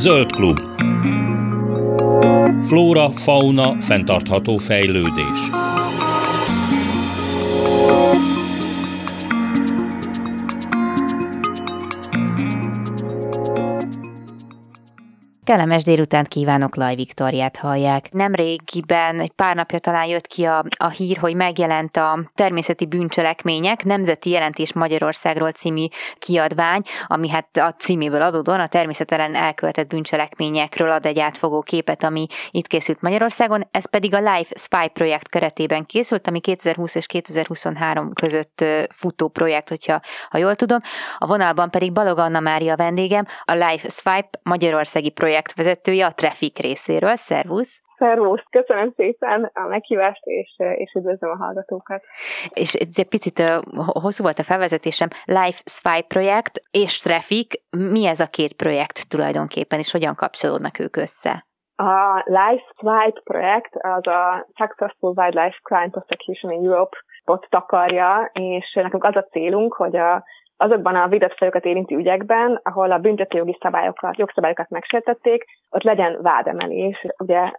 Zöld klub. Flóra, fauna, fenntartható fejlődés. Kellemes délutánt kívánok, Laj Viktóriát hallják. Nemrégiben, egy pár napja talán jött ki a hír, hogy megjelent a Természeti bűncselekmények Nemzeti Jelentés Magyarországról című kiadvány, ami hát a címéből adódóan a természet ellen elkövetett bűncselekményekről ad egy átfogó képet, ami itt készült Magyarországon. Ez pedig a Life Spy projekt keretében készült, ami 2020 és 2023 között futó projekt, ha jól tudom. A vonalban pedig Balog Anna Mária vendégem, a Life Spy magyarországi projektvezetője a Traffic részéről. Szervusz! Szervusz! Köszönöm szépen a meghívást, és üdvözlöm a hallgatókat. És egy picit hosszú volt a felvezetésem. Life Spy projekt és Traffic, mi ez a két projekt tulajdonképpen, és hogyan kapcsolódnak ők össze? A Life Spy projekt az a Successful Wildlife Crime Prosecution in Europe-ot takarja, és nekünk az a célunk, hogy azokban a védett fajokat érintő ügyekben, ahol a büntetőjogi jogszabályokat megsértették, ott legyen vádemelés. Ugye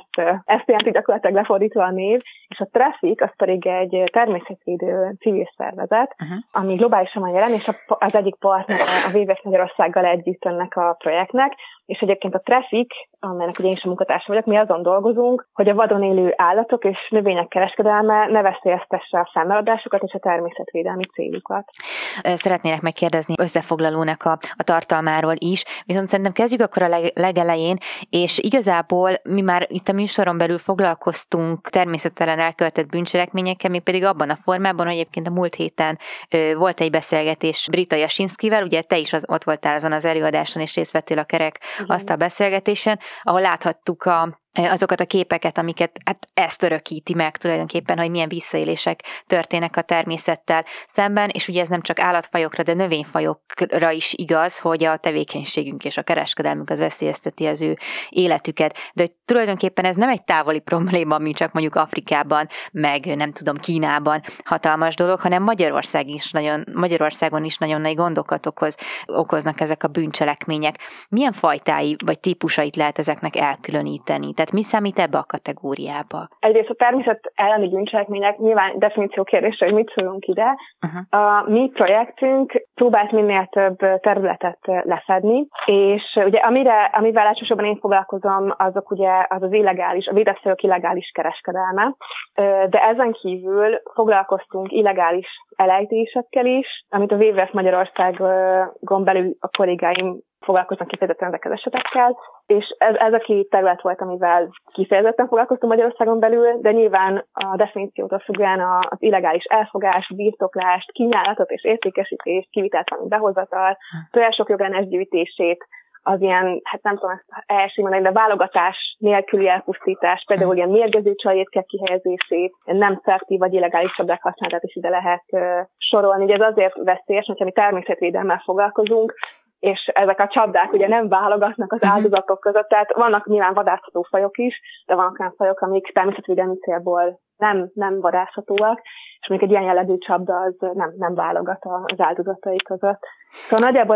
ezt jelenti gyakorlatilag lefordítva a név, és a Traffic az pedig egy természetvédő civil szervezet, ami globálisan van jelen, és az egyik partner a WWF Magyarországgal együtt ennek a projektnek, és egyébként a Traffic, amelynek ugye én is a munkatársa vagyok, mi azon dolgozunk, hogy a vadon élő állatok és növények kereskedelme ne veszélyeztesse a fennmaradásukat és a természetvédelmi célukat. Szeretnélek megkérdezni összefoglalónak a tartalmáról is, viszont szerintem kezdjük akkor a legelején, és igazából mi már itt a műsoron belül foglalkoztunk természetelen elkövetett bűncselekményekkel, még pedig abban a formában, hogy egyébként a múlt héten volt egy beszélgetés Brita Jasinszkivel, ugye te is ott voltál azon az előadáson, és részt vettél a kerek asztal beszélgetésen, ahol láthattuk azokat a képeket, amiket ezt örökíti meg tulajdonképpen, hogy milyen visszaélések történnek a természettel szemben, és ugye ez nem csak állatfajokra, de növényfajokra is igaz, hogy a tevékenységünk és a kereskedelmünk az veszélyezteti az ő életüket. De hogy tulajdonképpen ez nem egy távoli probléma, mint csak mondjuk Afrikában, meg nem tudom, Kínában hatalmas dolog, hanem Magyarországon is nagyon nagy gondokat okoznak ezek a bűncselekmények. Milyen fajtái vagy típusait lehet ezeknek elkülöníteni? Tehát mi számít ebbe a kategóriába? Egyrészt a természet elleni bűncselekmények nyilván definíció kérdése, hogy mit szólunk ide. A mi projektünk próbált minél több területet lefedni, és ugye amivel elsősorban én foglalkozom, az illegális, a védett fajok illegális kereskedelme, de ezen kívül foglalkoztunk illegális elejtésekkel is, amit a WWF Magyarországon belül a kollégáim foglalkoznak kifejezetten ezekkel az esetekkel, és ez a két terület volt, amivel kifejezetten foglalkoztunk Magyarországon belül, de nyilván a definíciótól függően az illegális elfogás, birtoklást, kínálatot és értékesítést, kiviteltelen behozatal, tojások jogellenes gyűjtését, az ilyen, nem tudom ezt elsőt mondani, de válogatás nélküli elpusztítás, például ilyen mérgező csajétkek kihelyezését, nem szerti vagy illegális csapdák használatát is ide lehet sorolni. Ugye ez azért veszélyes, hogyha mi természetvédelemmel foglalkozunk, és ezek a csapdák ugye nem válogatnak az áldozatok között, tehát vannak nyilván vadászható fajok is, de vannak olyan fajok, amik természetvédelmi célból nem vadászhatóak, és mondjuk egy ilyen jellegű csapda az nem válogat az áldozatai között. Szóval nagyjából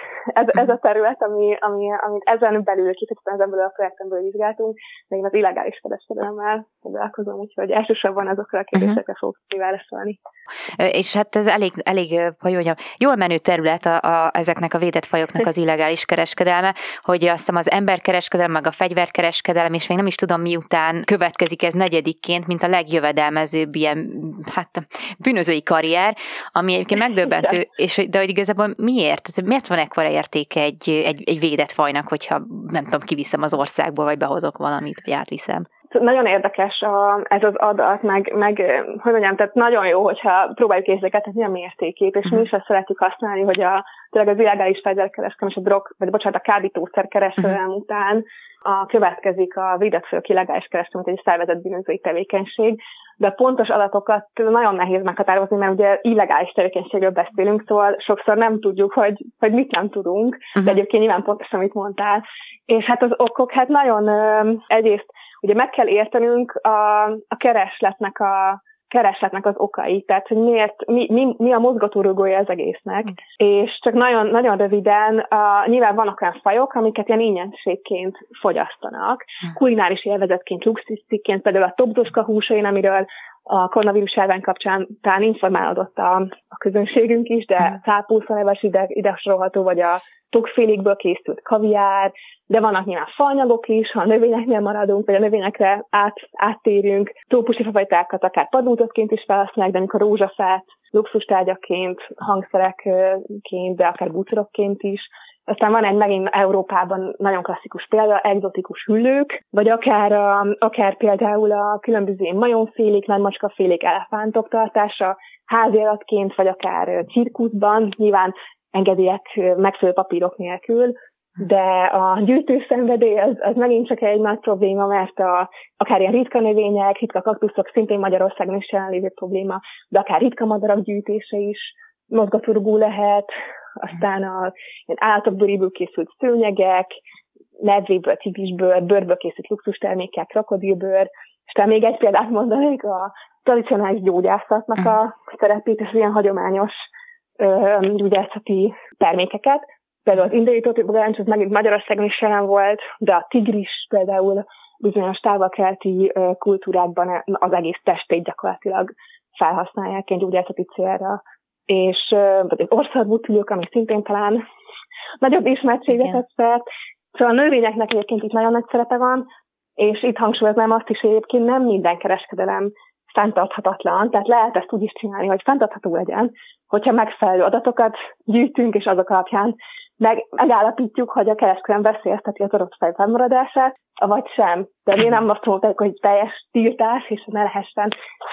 ez a terület, amit ezen belül, kifejezetten ezen belül a projekten belül vizsgáltunk, de én az illegális kereskedelemmel foglalkozom, úgyhogy elsősorban azokra a kérdésekre fogok válaszolni. És hát ez elég hogy mondjam, jól menő terület ezeknek a védett fajoknak az illegális kereskedelme, hogy azt hiszem az emberkereskedelem, meg a fegyverkereskedelem, és még nem is tudom miután következik ez negyedikként, mint a legjövedelmezőbb ilyen, bűnözői karrier, ami egyébként megdöbbentő, de hogy igazából miért? Tehát miért van ekkora értéke egy védett fajnak, hogyha nem tudom, kiviszem az országból, vagy behozok valamit, vagy átviszem? Nagyon érdekes ez az adat, meg hogy mondjam, tehát nagyon jó, hogyha próbáljuk érzékeltetni a mértékét, és mi is ezt szeretjük használni, hogy tényleg az illegális fegyverkereskedelem és a kábítószerkereskedelem után következik a védett fajok illegális kereskedelem, mint egy szervezett bűnözői tevékenység, de a pontos adatokat nagyon nehéz meghatározni, mert ugye illegális tevékenységről beszélünk, szóval sokszor nem tudjuk, hogy mit nem tudunk, de egyébként nyilván pontos, amit mondtál. És hát az okok nagyon egyrészt ugye meg kell értenünk a keresletnek keresletnek az okai, tehát hogy mi a mozgatórugója az egésznek. És csak nagyon, nagyon röviden, nyilván vannak olyan fajok, amiket ilyen ingyenségként fogyasztanak, kulináris élvezetként, luxuscikként, például a tobzoska húsain, amiről a koronavírus járvány kapcsán talán informálódott a közönségünk is, de cápolszaleves ide sorolható, vagy a tokfélékből készült kaviár, de vannak nyilván faanyagok is, ha a növényeknél maradunk, vagy a növényekre áttérünk, trópusi fafajtákat akár padlózatként is felhasználják, de amikor rózsafát luxustárgyaként, hangszerekként, de akár bútorokként is. Aztán van egy megint Európában nagyon klasszikus példa, egzotikus hüllők, vagy akár például a különböző majomfélék, nagymacskafélék, elefántok tartása háziállatként, vagy akár cirkuszban, nyilván engedélyek megfelelő papírok nélkül, de a gyűjtőszenvedély az megint csak egy nagy probléma, mert akár ilyen ritka növények, ritka kaktuszok szintén Magyarországon is jelenlévő probléma, de akár ritka madarak gyűjtése is mozgatórugó lehet, aztán ilyen állatokbőréből készült szőnyegek, medvéből, tigrisből, bőrből készült luxustermékek, krokodilbőr, és talán még egy példát mondanék, a tradicionális gyógyászatnak a szerepét, és ilyen hagyományos gyógyászati termékeket. Például az indiai tótibogáncs, az megint Magyarországon is jelen volt, de a tigris például bizonyos távol-keleti kultúrákban az egész testét gyakorlatilag felhasználják ilyen gyógyászati célra. És vagy az orszarvútülők, ami szintén talán nagyobb ismertséget tett szert. Szóval a növényeknek egyébként itt nagyon nagy szerepe van, és itt hangsúlyoznám azt is, hogy egyébként nem minden kereskedelem fenntarthatatlan, tehát lehet ezt úgy is csinálni, hogy fenntartható legyen, hogyha megfelelő adatokat gyűjtünk, és azok alapján megállapítjuk, hogy a kereskedelem veszélyezteti az adott faj fennmaradását, vagy sem. De mi nem azt mondjuk, hogy teljes tiltás, és ne lehessen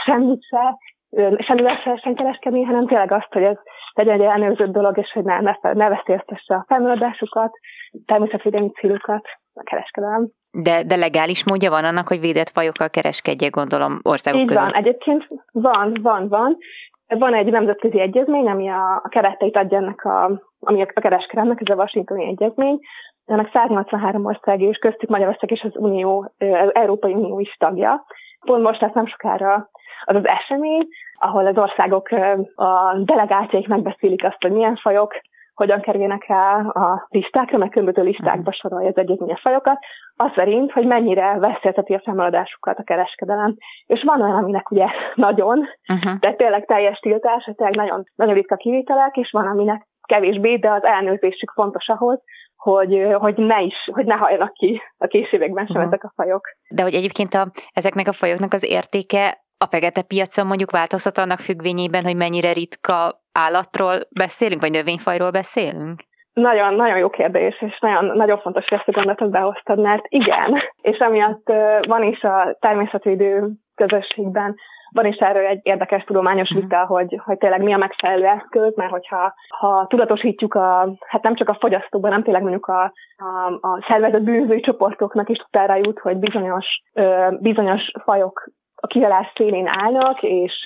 semmivel se lehessen kereskedni, hanem tényleg azt, hogy ez legyen egy ellenőrzött dolog, és hogy ne veszélyeztesse a fennmaradásukat, természetvédelmi célokat a kereskedelem. De legális módja van annak, hogy védett fajokkal kereskedjek, gondolom, országok között? Így van, egyébként van. Van egy nemzetközi egyezmény, ami a kereteit adja ami a kereskedelemnek, ez a Washingtoni Egyezmény. Ennek 183 ország, és köztük Magyarország és az Európai Unió is tagja. Pont most lesz nem sokára az esemény, ahol az országok, a delegációik megbeszélik azt, hogy milyen fajok hogyan kerüljenek rá a listákra, meg különböző listákba sorolja az egyezmény a fajokat, az szerint, hogy mennyire veszélyezteti a fennmaradásukat a kereskedelem. És van olyan, aminek ugye nagyon, de tényleg teljes tiltás, tényleg nagyon, nagyon ritka kivételek, és van, aminek kevésbé, de az ellenőrzésük fontos ahhoz, hogy ne halljanak ki a későbbekben sem ezek a fajok. De hogy egyébként ezeknek a fajoknak az értéke a fekete piacon mondjuk változhat annak függvényében, hogy mennyire ritka állatról beszélünk, vagy növényfajról beszélünk? Nagyon, nagyon jó kérdés, és nagyon, nagyon fontos, hogy ezt a gondolatot behoztad, mert igen, és amiatt van is a természetvédő közösségben, van is erről egy érdekes tudományos vita, hogy tényleg mi a megfelelő eszköz, mert hogyha tudatosítjuk hát nem csak a fogyasztóban, nem tényleg mondjuk a szervezett bűnözői csoportoknak is utára jut, hogy bizonyos fajok a kihalás szélén állnak,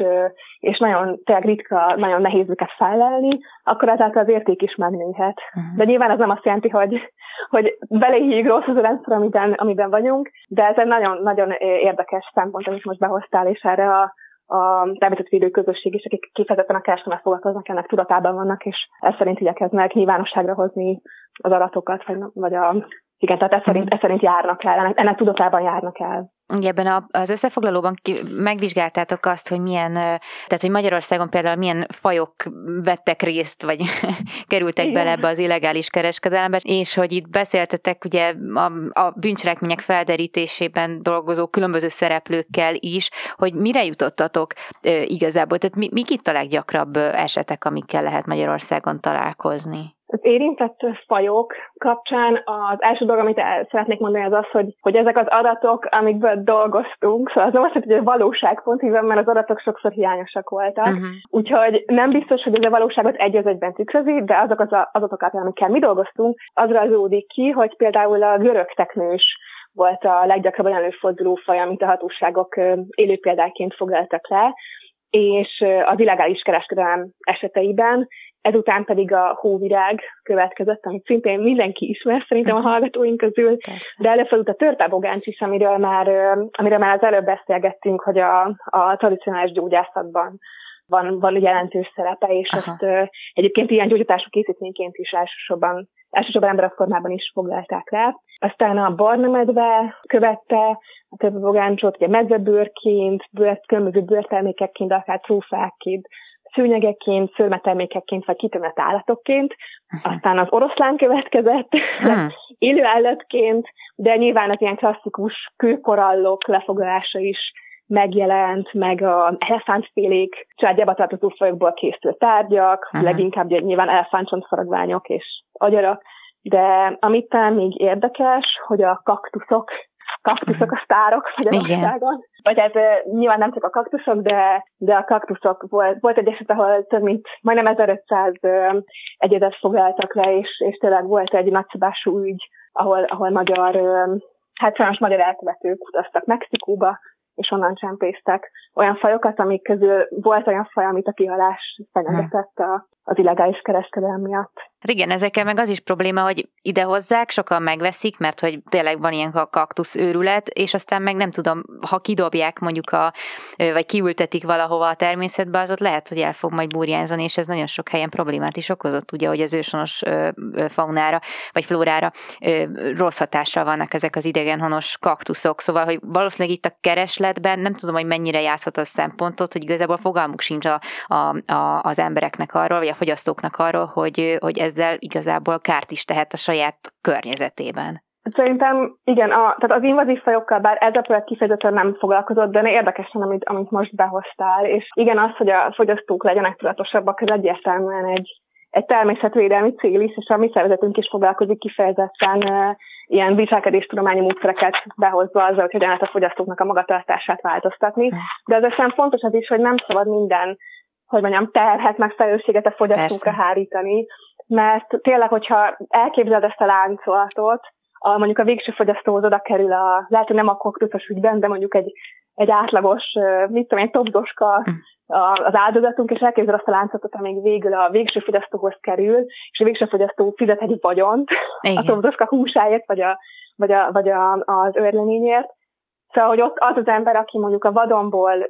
és nagyon tényleg ritka, nagyon nehéz őket fellelni, akkor ezáltal az érték is megnőhet. De nyilván ez nem azt jelenti, hogy beléjük rossz az a rendszer, amiben vagyunk, de ez egy nagyon, nagyon érdekes szempont, amit most behoztál, és erre a természetvédő közösség is, akik kifejezetten a kereskedelemmel foglalkoznak, ennek tudatában vannak, és ez szerint igyekeznek nyilvánosságra hozni az adatokat, igen, tehát ez szerint járnak el, ennek tudatában járnak el. Ebben az összefoglalóban megvizsgáltátok azt, hogy tehát hogy Magyarországon például milyen fajok vettek részt, vagy kerültek bele ebbe az illegális kereskedelembe, és hogy itt beszéltetek ugye a bűncselekmények felderítésében dolgozó különböző szereplőkkel is, hogy mire jutottatok igazából, tehát mik itt a leggyakrabb esetek, amikkel lehet Magyarországon találkozni? Az érintett fajok kapcsán az első dolog, amit szeretnék mondani, az az, hogy ezek az adatok, amikből dolgoztunk, szóval az nem azt jelenti, hogy a valóság pont így van, mert az adatok sokszor hiányosak voltak. Úgyhogy nem biztos, hogy ez a valóságot egy az egyben tükrözi, de azok az adatok, amikkel mi dolgoztunk, az rajzolódik ki, hogy például a görög teknős volt a leggyakrabban előforduló faj, amit a hatóságok élő példáként foglaltak le, és az illegális kereskedelem eseteiben ezután pedig a Hóvirág következett, amit szintén mindenki ismer szerintem a hallgatóink közül, de előfordult a Törpebogáncs is, amiről már az előbb beszélgettünk, hogy a tradicionális gyógyászatban van jelentős szerepe, és ezt egyébként ilyen gyógyítású készítményként is elsősorban emberek formában is foglalták le. Aztán a barna medve követte a Törpebogáncsot, ugye medzebőrként, különböző bőrtermékekként, akár trófákként, szőnyegekként, szőrmetermékekként, vagy kitömött állatokként. Aztán az oroszlán következett, élő állatként, de nyilván az ilyen klasszikus kőkorallok lefoglalása is megjelent, meg a elefántfélék családjába tartozó fajokból készült tárgyak, leginkább nyilván elefántcsontfaragványok és agyarak, de amit talán még érdekes, hogy a kaktuszok a sztárok Magyarországon. Vagy ez nyilván nem csak a kaktuszok, de a kaktuszok volt egy eset, ahol több mint majdnem 1500 egyedet foglaltak le, és tényleg volt egy nagyszabású ügy, ahol sajnos magyar elkövetők utaztak Mexikóba, és onnan csempésztek olyan fajokat, amik közül volt olyan faj, amit a kihalás fenyegetett az illegális kereskedelem miatt. Hát igen, ezekkel meg az is probléma, hogy idehozzák, sokan megveszik, mert hogy tényleg van ilyen kaktusz őrület, és aztán meg nem tudom, ha kidobják mondjuk vagy kiültetik valahova a természetbe, az ott lehet, hogy el fog majd burjánzani, és ez nagyon sok helyen problémát is okozott, ugye, hogy az őshonos faunára, vagy flórára rossz hatással vannak ezek az idegenhonos kaktuszok, szóval, hogy valószínűleg itt a keresletben nem tudom, hogy mennyire játszhat az szempontot, hogy igazából fogalmuk sincs az embereknek arról, vagy a fogyasztóknak arról, hogy ezzel igazából kárt is tehet a saját környezetében. Szerintem igen, tehát az invazív fajokkal, bár ez a projekt kifejezetten nem foglalkozott, de érdekesen, amit most behoztál, és igen, az, hogy a fogyasztók legyenek tudatosabbak, ez egyértelműen egy természetvédelmi cél is, és a mi szervezetünk is foglalkozik kifejezetten ilyen viselkedéstudományi módszereket behozva azzal, hogy hogyan lehet a fogyasztóknak a magatartását változtatni. De ezzel fontos az is, hogy nem szabad minden, hogy mondjam, terhet meg felelősséget a fogyasztókra hárítani, mert tényleg, hogyha elképzeled ezt a láncolatot, mondjuk a végső fogyasztóhoz oda kerül lehet, hogy nem a kaktuszos ügyben, de mondjuk egy átlagos, topdoska az áldozatunk, és elképzel azt a láncolatot, amíg végül a végső fogyasztóhoz kerül, és a végső fogyasztó fizet egy vagyont a topdoska húsáért, vagy az őrleményért. Szóval, hogy ott az ember, aki mondjuk a vadonban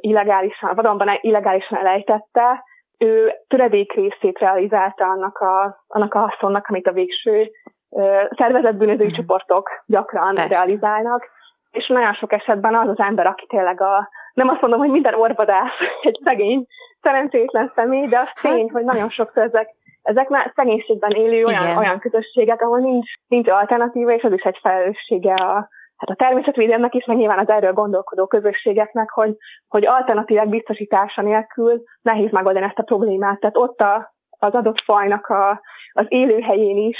illegálisan elejtette, ő töredék részét realizálta annak a haszonnak, amit a végső szervezetbűnözői csoportok gyakran realizálnak, és nagyon sok esetben az ember, aki tényleg nem azt mondom, hogy minden orvadász egy szegény, szerencsétlen személy, de az tény, hogy nagyon sokszor ezek már szegénységben élő olyan közösségek, ahol nincs alternatíva, és az is egy felelőssége a természetvédelemnek is, meg nyilván az erről gondolkodó közösségeknek, hogy alternatívák biztosítása nélkül nehéz megoldani ezt a problémát. Tehát ott az adott fajnak az élőhelyén is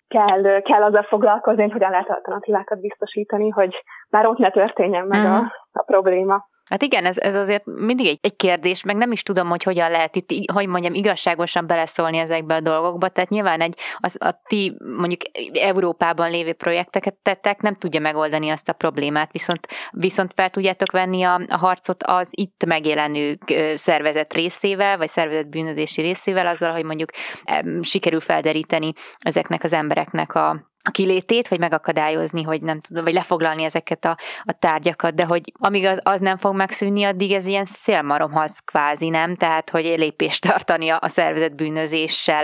kell azzal foglalkozni, hogy hogyan lehet alternatívákat biztosítani, hogy már ott ne történjen meg a probléma. Hát igen, ez azért mindig egy kérdés, meg nem is tudom, hogy hogyan lehet itt, hogy mondjam, igazságosan beleszólni ezekbe a dolgokba. Tehát nyilván a ti mondjuk Európában lévő projekteket tettek, nem tudja megoldani azt a problémát, viszont fel tudjátok venni a harcot az itt megjelenő szervezet részével, vagy szervezet bűnözési részével, azzal, hogy mondjuk sikerül felderíteni ezeknek az embereknek a kilétét, vagy megakadályozni, hogy nem tudom, vagy lefoglalni ezeket a tárgyakat, de hogy amíg az nem fog megszűnni, addig ez ilyen szélmaromhoz kvázi, nem? Tehát, hogy lépést tartani a szervezett bűnözéssel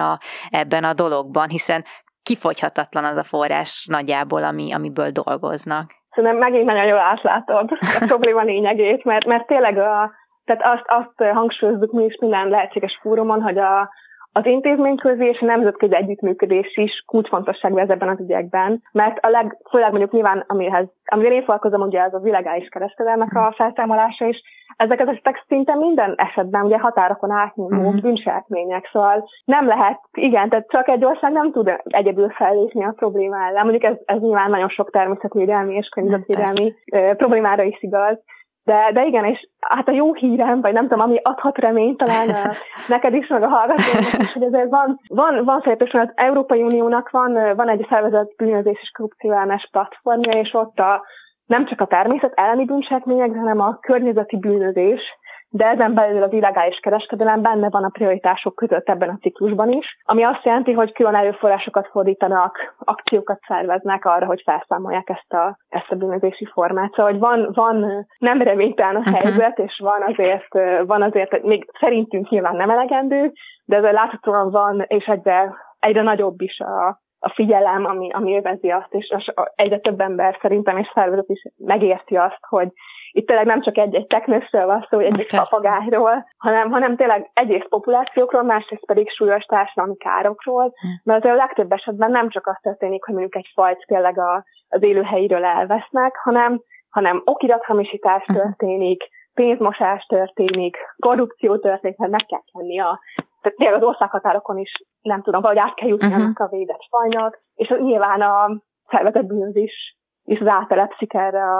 ebben a dologban, hiszen kifogyhatatlan az a forrás nagyjából, amiből dolgoznak. Szerintem megint nagyon jól átlátod a probléma lényegét, mert tényleg tehát azt hangsúlyozzuk mi is minden lehetséges fórumon, hogy az intézményközi és a nemzetközi együttműködés is kulcsfontosságú ezekben az ügyekben, mert főleg mondjuk nyilván, amivel én foglalkozom, ugye az az illegális kereskedelmek a felszámolása is, ezek az esetek szinte minden esetben ugye határokon átnyúló bűncselekmények, szóval nem lehet, igen, tehát csak egy ország nem tud egyedül fellépni a probléma ellen. Mondjuk ez nyilván nagyon sok természetvédelmi és környezetvédelmi problémára is igaz. De igen, és hát a jó hírem, vagy nem tudom, ami adhat reményt talán neked is, meg a hallgatóknak is, hogy ezért van szerepesen az Európai Uniónak van egy szervezett bűnözés és korrupcióellenes platformja, és ott nem csak a természet elleni bűncselekmények, hanem a környezeti bűnözés de ezen belül az illegális kereskedelem benne van a prioritások között ebben a ciklusban is, ami azt jelenti, hogy külön erőforrásokat fordítanak, akciókat szerveznek arra, hogy felszámolják ezt a bűnözési formát. Szóval, hogy van nem reménytelen a helyzet, és van azért, még szerintünk nyilván nem elegendő, de ezzel láthatóan van, és egyre nagyobb is a figyelem, ami övezi azt, és egyre több ember szerintem, és szervezet is megérti azt, hogy itt tényleg nem csak egy teknősről van szó, egy papagájról, hanem tényleg egyrészt populációkról, másrészt pedig súlyos társadalmi károkról, mert azért a legtöbb esetben nem csak az történik, hogy mondjuk egy fajt tényleg az élőhelyéről elvesznek, hanem okirathamisítás történik, pénzmosás történik, korrupció történik, mert meg kell kenni tehát tényleg az országhatárokon is, nem tudom, valahogy át kell jutni annak a védett fajnak, és nyilván a szervezett bűnözés is rátelepszik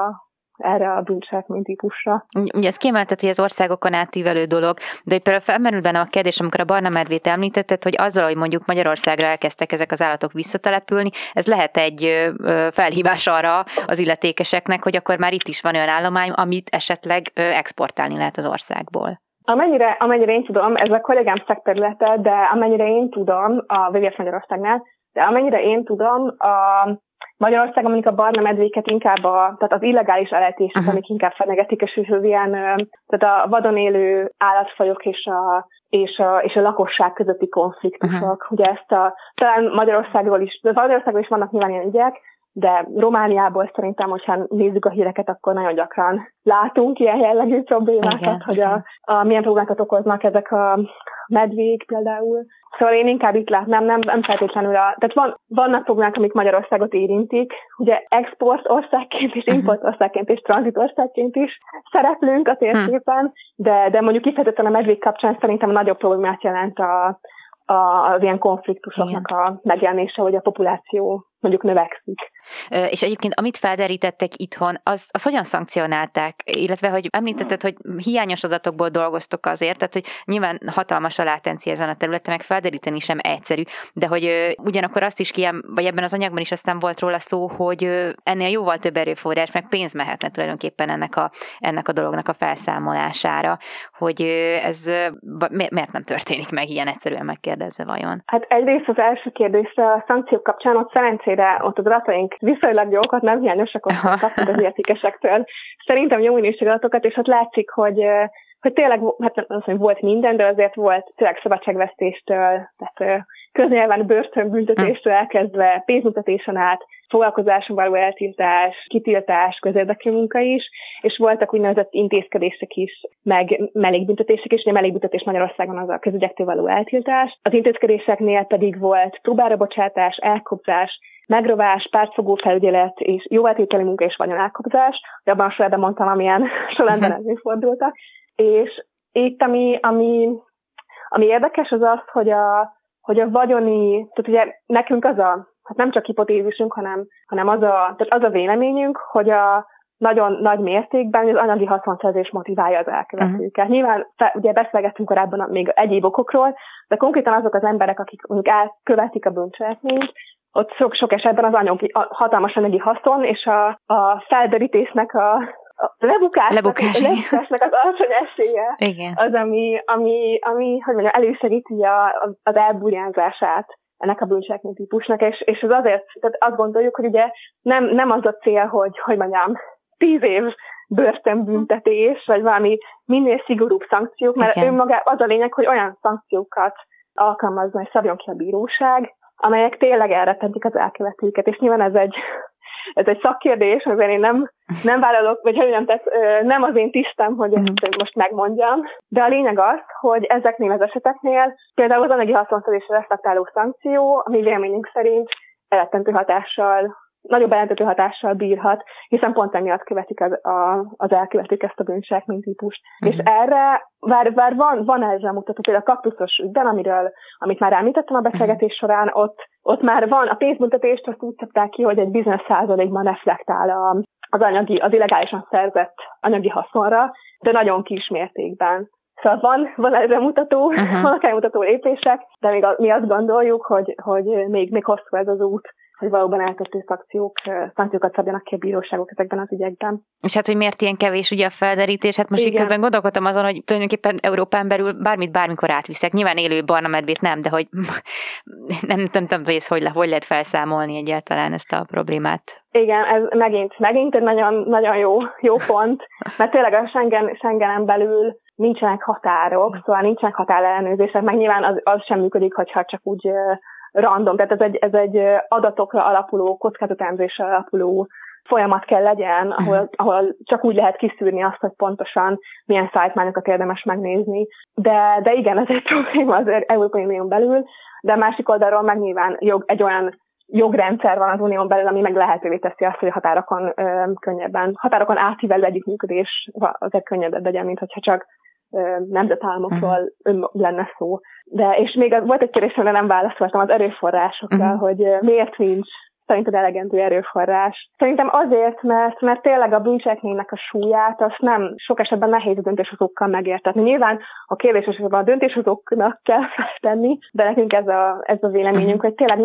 erre a bűncselekménytípusra. Ugye ezt kiemelted, hogy az országokon átívelő dolog, de például felmerül benne a kérdés, amikor a barna medvét említetted, hogy azzal, hogy mondjuk Magyarországra elkezdtek ezek az állatok visszatelepülni, ez lehet egy felhívás arra az illetékeseknek, hogy akkor már itt is van olyan állomány, amit esetleg exportálni lehet az országból. Amennyire én tudom, ez a kollégám szakterülete, de amennyire én tudom a WWF Magyarországnál, de amennyire én tudom, Magyarországon mondjuk a barna medvéket inkább tehát az illegális elejtések, amik inkább fenyegetik, és az ilyen, tehát a vadon élő állatfajok és a lakosság közötti konfliktusok. Ugye talán Magyarországról is vannak nyilván ilyen ügyek, de Romániából szerintem, hogyha nézzük a híreket, akkor nagyon gyakran látunk ilyen jellegű problémákat, hogy milyen problémákat okoznak ezek a medvék például. Szóval én inkább itt látnám, nem feltétlenül tehát vannak problémák, amik Magyarországot érintik. Ugye export országként és import országként és tranzit országként is szereplünk a térképen, de mondjuk kifejezetten a medvék kapcsán szerintem nagyobb problémát jelent az ilyen konfliktusoknak a megjelenése, hogy a populáció mondjuk növekszik. És egyébként, amit felderítettek itthon, az hogyan szankcionálták? Illetve, hogy említetted, hogy hiányos adatokból dolgoztok azért, tehát, hogy nyilván hatalmas a látencia ezen a területen, meg felderíteni sem egyszerű, de hogy ugyanakkor azt is vagy ebben az anyagban is aztán volt róla szó, hogy ennél jóval több erőforrás, meg pénz mehetne tulajdonképpen ennek a dolognak a felszámolására, hogy ez miért nem történik meg ilyen egyszerűen megkérdezve vajon? Hát egyrészt az első kérdésre a szankciók kapcsán ott az adataink viszonylag jókat, nem hiányosak kaptunk az értékesektől. Szerintem jó minőségű adatokat, és ott látszik, hogy tényleg, hát nem azt mondom, volt minden, de azért volt tényleg szabadságvesztéstől, tehát köznyelven börtönbüntetéstől elkezdve pénzmutatáson át, foglalkozáson való eltiltás, kitiltás, közérdekű munka is, és voltak úgynevezett intézkedések is, meg mellékbüntetések is, ugye a mellékbüntetés Magyarországon az a közügyektől való eltiltás. Az intézkedéseknél pedig volt próbára bocsátás, elkobzás, megrovás, pártfogó felügyelet és jóvátételi munka és vagyon elkobzás, de abban a sorában mondtam, amilyen sorrendben előfordultak. És itt, ami érdekes, az az, hogy a vagyoni, tehát ugye nekünk hát nem csak hipotézisünk, hanem az a véleményünk, hogy a nagyon nagy mértékben az anyagi haszonszerzés motiválja az elkövetőket. Nyilván ugye beszélgettünk korábban még egyéb okokról, de konkrétan azok az emberek, akik mondjuk elkövetik a bűncselekményt, ott sok esetben az hatalmas anyagi haszon és a felderítésnek a lebukásnak az alacsony esélye. Igen. Az, ami hogy mondjam, elősegíti az elburjánzását ennek a bűncselekmény típusnak, és ez azért, tehát azt gondoljuk, hogy ugye nem az a cél, hogy mondjam, 10 év börtönbüntetés, vagy valami minél szigorúbb szankciók, mert az a lényeg, hogy olyan szankciókat alkalmazna és szabjon ki a bíróság, amelyek tényleg elrettentik az elkövetőket, és nyilván ez egy szakkérdés, azért én nem vállalok, vagy nem az én tisztem, hogy ezt most megmondjam, de a lényeg az, hogy ezeknél az eseteknél például az anyagi haszonszerzésre reflektáló szankció, ami véleményünk szerint nagyobb elrentető hatással bírhat, hiszen pont emiatt követik az elkövetők ezt a bűncselekménytípust. És erre bár van ezzel mutató, például a kaktuszos ügyben, amit már említettem a beszélgetés során, ott már van a pénzbüntetést, azt úgy szabták ki, hogy egy bizonyos százalékban reflektál az illegálisan szerzett anyagi haszonra, de nagyon kis mértékben. Szóval van erre mutató, vannak erre mutató lépések, de még mi azt gondoljuk, hogy még hosszú ez az út, hogy valóban elkötő szankciókat szabjanak ki a bíróságok ezekben az ügyekben. És hát, hogy miért ilyen kevés ugye a felderítés? Hát most így közben gondolkodtam azon, hogy tulajdonképpen Európán belül bármikor átviszek. Nyilván élő barna medvét nem, de hogy nem tudom, hogy lehet felszámolni egyáltalán ezt a problémát. Igen, ez megint egy nagyon, nagyon jó pont, mert tényleg a Schengenen belül nincsenek határok, szóval nincsenek határellenőrzések, meg nyilván az sem működik, hogyha csak úgy random, tehát ez egy adatokra alapuló, kockázatelemzésre alapuló folyamat kell legyen, ahol csak úgy lehet kiszűrni azt, hogy pontosan milyen szállítmányokat érdemes megnézni. De igen, ez egy probléma az Európai Unión belül, de a másik oldalról meg nyilván egy olyan jogrendszer van az unión belül, ami meg lehetővé teszi azt, hogy határokon átívelő együttműködés azért könnyebb legyen, mint hogyha csak nemzetállamokról lenne szó. És még volt egy kérdés, amire nem válaszoltam az erőforrásokra, hogy miért nincs szerinted elegendő erőforrás. Szerintem azért, mert tényleg a bűncselekménynek a súlyát azt nem sok esetben nehéz a döntéshozókkal megértetni. Nyilván a kérdés esetben a döntéshozóknak kell feltenni, de nekünk ez a véleményünk, hogy tényleg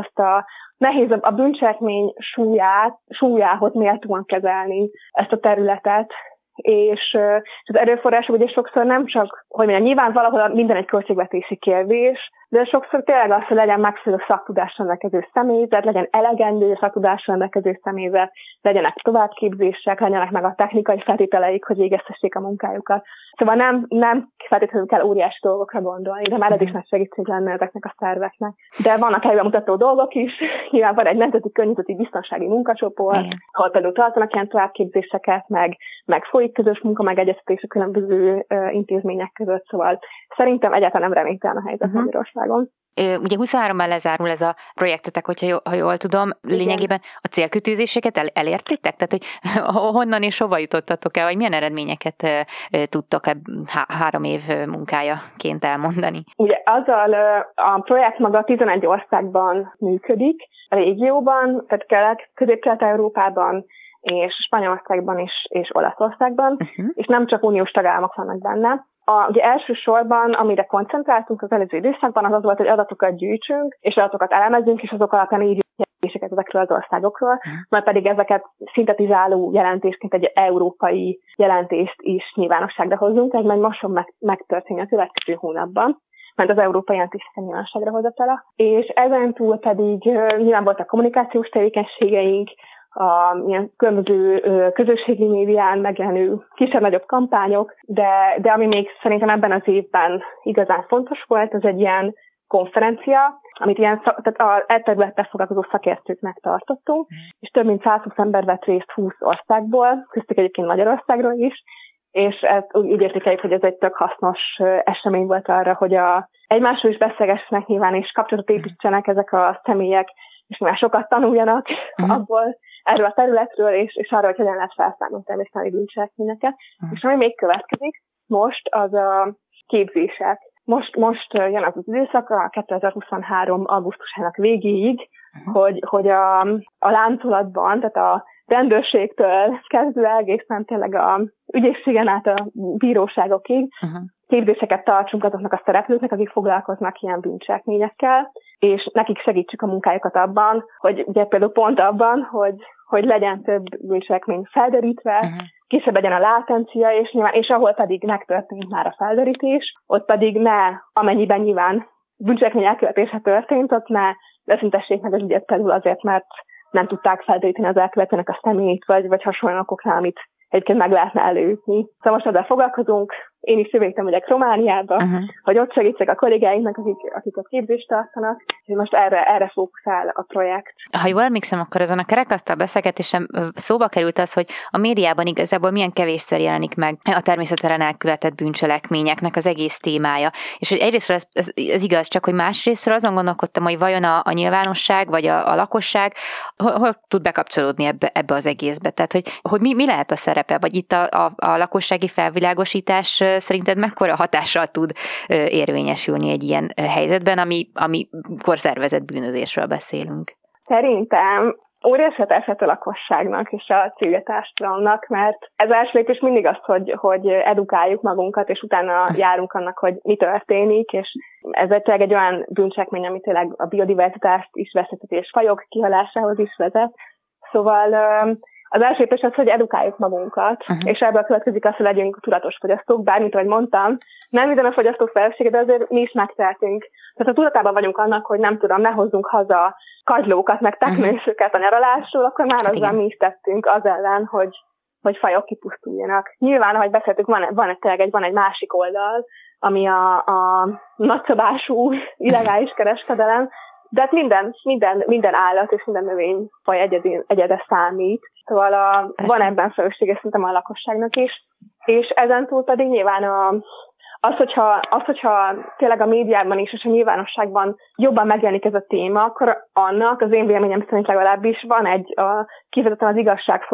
nehéz a bűncselekmény súlyához méltóan kezelni ezt a területet, és az erőforrások ugye sokszor nem csak, hogy mondjam, nyilván valahol minden egy költségvetési kérdés, de sokszor tényleg az, hogy legyen megfelelő szaktudásra rendelkező személyzet, legyen elegendő szaktudásra rendelkező személyzet, legyenek továbbképzések, legyenek meg a technikai feltételeik, hogy végeztessék a munkájukat. Szóval nem feltétlenül kell óriási dolgokra gondolni, de már ez is nagy segítség lenne ezeknek a szerveknek. De vannak előre mutató dolgok is, nyilván van egy nemzeti környezeti biztonsági munkacsoport, ahol például tartanak ilyen továbbképzéseket, meg folyik közös munka, meg egyeztetés a különböző intézmények között, szóval szerintem egyáltalán nem reménytelen a helyzet Magyarországon. Ugye 23-ban lezárul ez a projektetek, ha jól tudom, lényegében a célkütőzéseket elértétek? Tehát, hogy honnan és hova jutottatok el, vagy milyen eredményeket tudtok 3 év munkájaként elmondani? Ugye azzal a projekt maga 11 országban működik, a régióban, tehát Közép-Kelet-Európában, és Spanyolországban is, és Olaszországban, és nem csak uniós tagállamok vannak benne. Ugye elsősorban, amire koncentráltunk az előző időszakban, az volt, hogy adatokat gyűjtsünk, és adatokat elemezünk, és azok alapján írjunk jelentéseket ezekről az országokról, majd pedig ezeket szintetizáló jelentésként egy európai jelentést is nyilvánosságra hozzunk, ez majd most fog megtörténni a következő hónapban, mert az európai jelentések nyilvánosságra hozatala. És ezen túl pedig nyilván voltak kommunikációs tevékenységeink, ilyen különböző közösségi médián megjelenő kisebb-nagyobb kampányok, de ami még szerintem ebben az évben igazán fontos volt, az egy ilyen konferencia, amit tehát a területtel foglalkozó szakértőknek tartottunk, és több mint 120 ember vett részt 20 országból, köztük egyébként Magyarországról is, és ezt úgy értékeljük, hogy ez egy tök hasznos esemény volt arra, hogy egymásról is beszélgessenek nyilván, és kapcsolatot építsenek ezek a személyek, és már sokat tanuljanak abból, erről a területről, és arra, hogy hogyan lehet felszámolni természetesen bűncselekményeket. És ami még következik most, az a képzések. Most jön az időszak, a 2023. augusztusának végéig, hogy a láncolatban, tehát a rendőrségtől kezdve egészen tényleg a ügyészségen át a bíróságokig képzéseket tartsunk azoknak a szereplőknek, akik foglalkoznak ilyen bűncselekményekkel, és nekik segítsük a munkájukat abban, hogy ugye például pont abban, hogy legyen több bűncselekmény felderítve, kisebb legyen a látencia, és ahol pedig megtörtént már a felderítés, ott pedig amennyiben nyilván bűncselekmény elkövetése történt, ott ne leszüntessék meg az ügyet például azért, mert nem tudták felderíteni az elkövetőnek a személyét, vagy hasonló okoknál, amit egyébként meg lehetne előzni. Szóval most ezzel foglalkozunk, én is jövő héten megyek Romániába, hogy ott segítsek a kollégáinknak, akik a képzést tartanak, és most erre fókuszál a projekt. Ha jól emlékszem, akkor ezen a kerekasztal beszélgetésem szóba került az, hogy a médiában igazából milyen kevésszer jelenik meg a természetesen elkövetett bűncselekményeknek az egész témája. És hogy egyrésztről ez igaz, csak hogy másrésztről azon gondolkodtam, hogy vajon a nyilvánosság vagy a lakosság hol tud bekapcsolódni ebbe az egészbe. Tehát, hogy mi lehet a szerepe, vagy itt a lakossági felvilágosítás szerinted mekkora hatással tud érvényesülni egy ilyen helyzetben, amikor szervezett bűnözésről beszélünk? Szerintem óriási hatása a lakosságnak és a civil társadalomnak, mert ez első lépés mindig az, hogy edukáljuk magunkat, és utána járunk annak, hogy mi történik, és ez egy olyan bűncselekmény, ami tényleg a biodiverzitást is veszélyezteti, és fajok kihalásához is vezet. Szóval az első lépés az, hogy edukáljuk magunkat, és ebből következik az, hogy legyünk tudatos fogyasztók, bármit, ahogy mondtam, nem minden a fogyasztók felelőssége, de azért mi is megtehetünk. Tehát ha tudatában vagyunk annak, hogy nem tudom, ne hozzunk haza kagylókat, meg teknősöket a nyaralásról, akkor már azzal mi is tettünk az ellen, hogy fajok kipusztuljanak. Nyilván, ahogy beszéltük, van egy másik oldal, ami a nagyszabású illegális kereskedelem, de hát minden állat és minden növényfaj egyede számít. Szóval van ebben felelőssége szerintem a lakosságnak is. És ezentúl pedig nyilván hogyha tényleg a médiában is és a nyilvánosságban jobban megjelenik ez a téma, akkor annak az én véleményem szerint legalábbis van kifejezetten az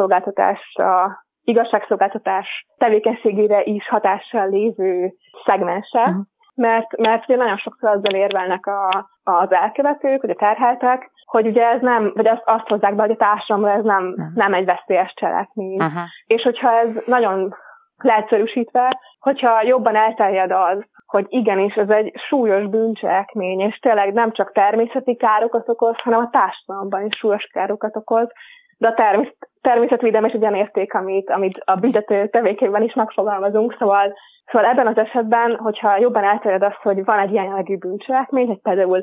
igazságszolgáltatás tevékenységére is hatással lévő szegmense, mert ugye nagyon sokszor azzal érvelnek az elkövetők, vagy a terheltek, hogy ugye ez nem, vagy azt hozzák be, hogy a társadalomra ez nem egy veszélyes cselekmény. És hogyha ez nagyon leegyszerűsítve, hogyha jobban elterjed az, hogy igenis ez egy súlyos bűncselekmény, és tényleg nem csak természeti károkat okoz, hanem a társadalomban is súlyos károkat okoz, de a természetvédelem is egy olyan érték, amit a büntető tevékenyben is megfogalmazunk, szóval ebben az esetben, hogyha jobban elterjed az, hogy van egy ilyen jellegű bűncselekmény, hogy például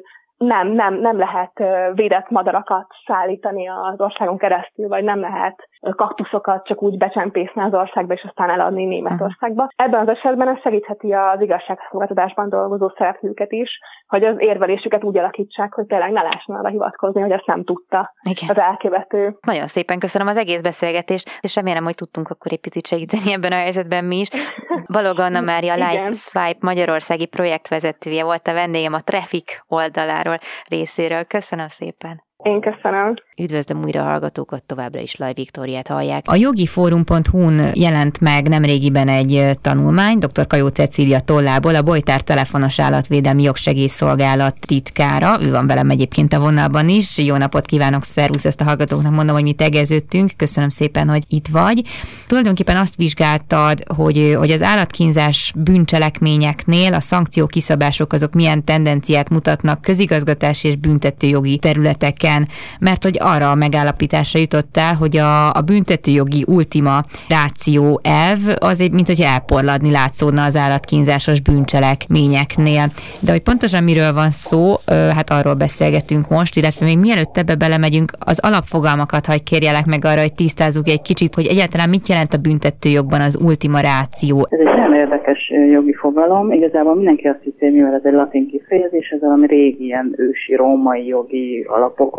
nem lehet védett madarakat szállítani az országon keresztül, vagy nem lehet kaktuszokat csak úgy becsempészni az országba, és aztán eladni Németországba. Ebben az esetben ez segítheti az igazságszolgáltatásban dolgozó szereplőket is, hogy az érvelésüket úgy alakítsák, hogy tényleg ne lehessen arra hivatkozni, hogy ezt nem tudta az elkövető. Nagyon szépen köszönöm az egész beszélgetést, és remélem, hogy tudtunk akkor egy picit segíteni ebben a helyzetben mi is. Balog Anna Mária Life Swipe magyarországi projektvezetője volt a vendégem a Traffic oldaláról részéről. Köszönöm szépen! Én köszönöm. Üdvözlöm újra a hallgatókat, továbbra is Laj Viktóriát hallják. A jogiforum.hu-n jelent meg nemrégiben egy tanulmány, dr. Kajó Cecília tollából, a Bojtár telefonos állatvédelmi jogsegélyszolgálat titkára. Ő van velem egyébként a vonalban is. Jó napot kívánok, szervusz, ezt a hallgatóknak mondom, hogy mi tegeződtünk. Köszönöm szépen, hogy itt vagy. Tulajdonképpen azt vizsgáltad, hogy az állatkínzás bűncselekményeknél a szankciókiszabások azok milyen tendenciát mutatnak közigazgatási és büntetőjogi területeken, mert hogy arra a megállapításra jutottál, hogy a büntetőjogi ultima ratio elv az, mint hogy elporladni látszódna az állatkínzásos bűncselekményeknél. De hogy pontosan miről van szó, hát arról beszélgetünk most, illetve még mielőtt ebbe belemegyünk, az alapfogalmakat hagy kérjelek meg arra, hogy tisztázzuk egy kicsit, hogy egyáltalán mit jelent a büntetőjogban az ultima ratio. Ez egy nagyon érdekes jogi fogalom. Igazából mindenki azt hiszi, mivel ez egy latin kifejezés, ez valami régi ilyen ősi római jogi alapokon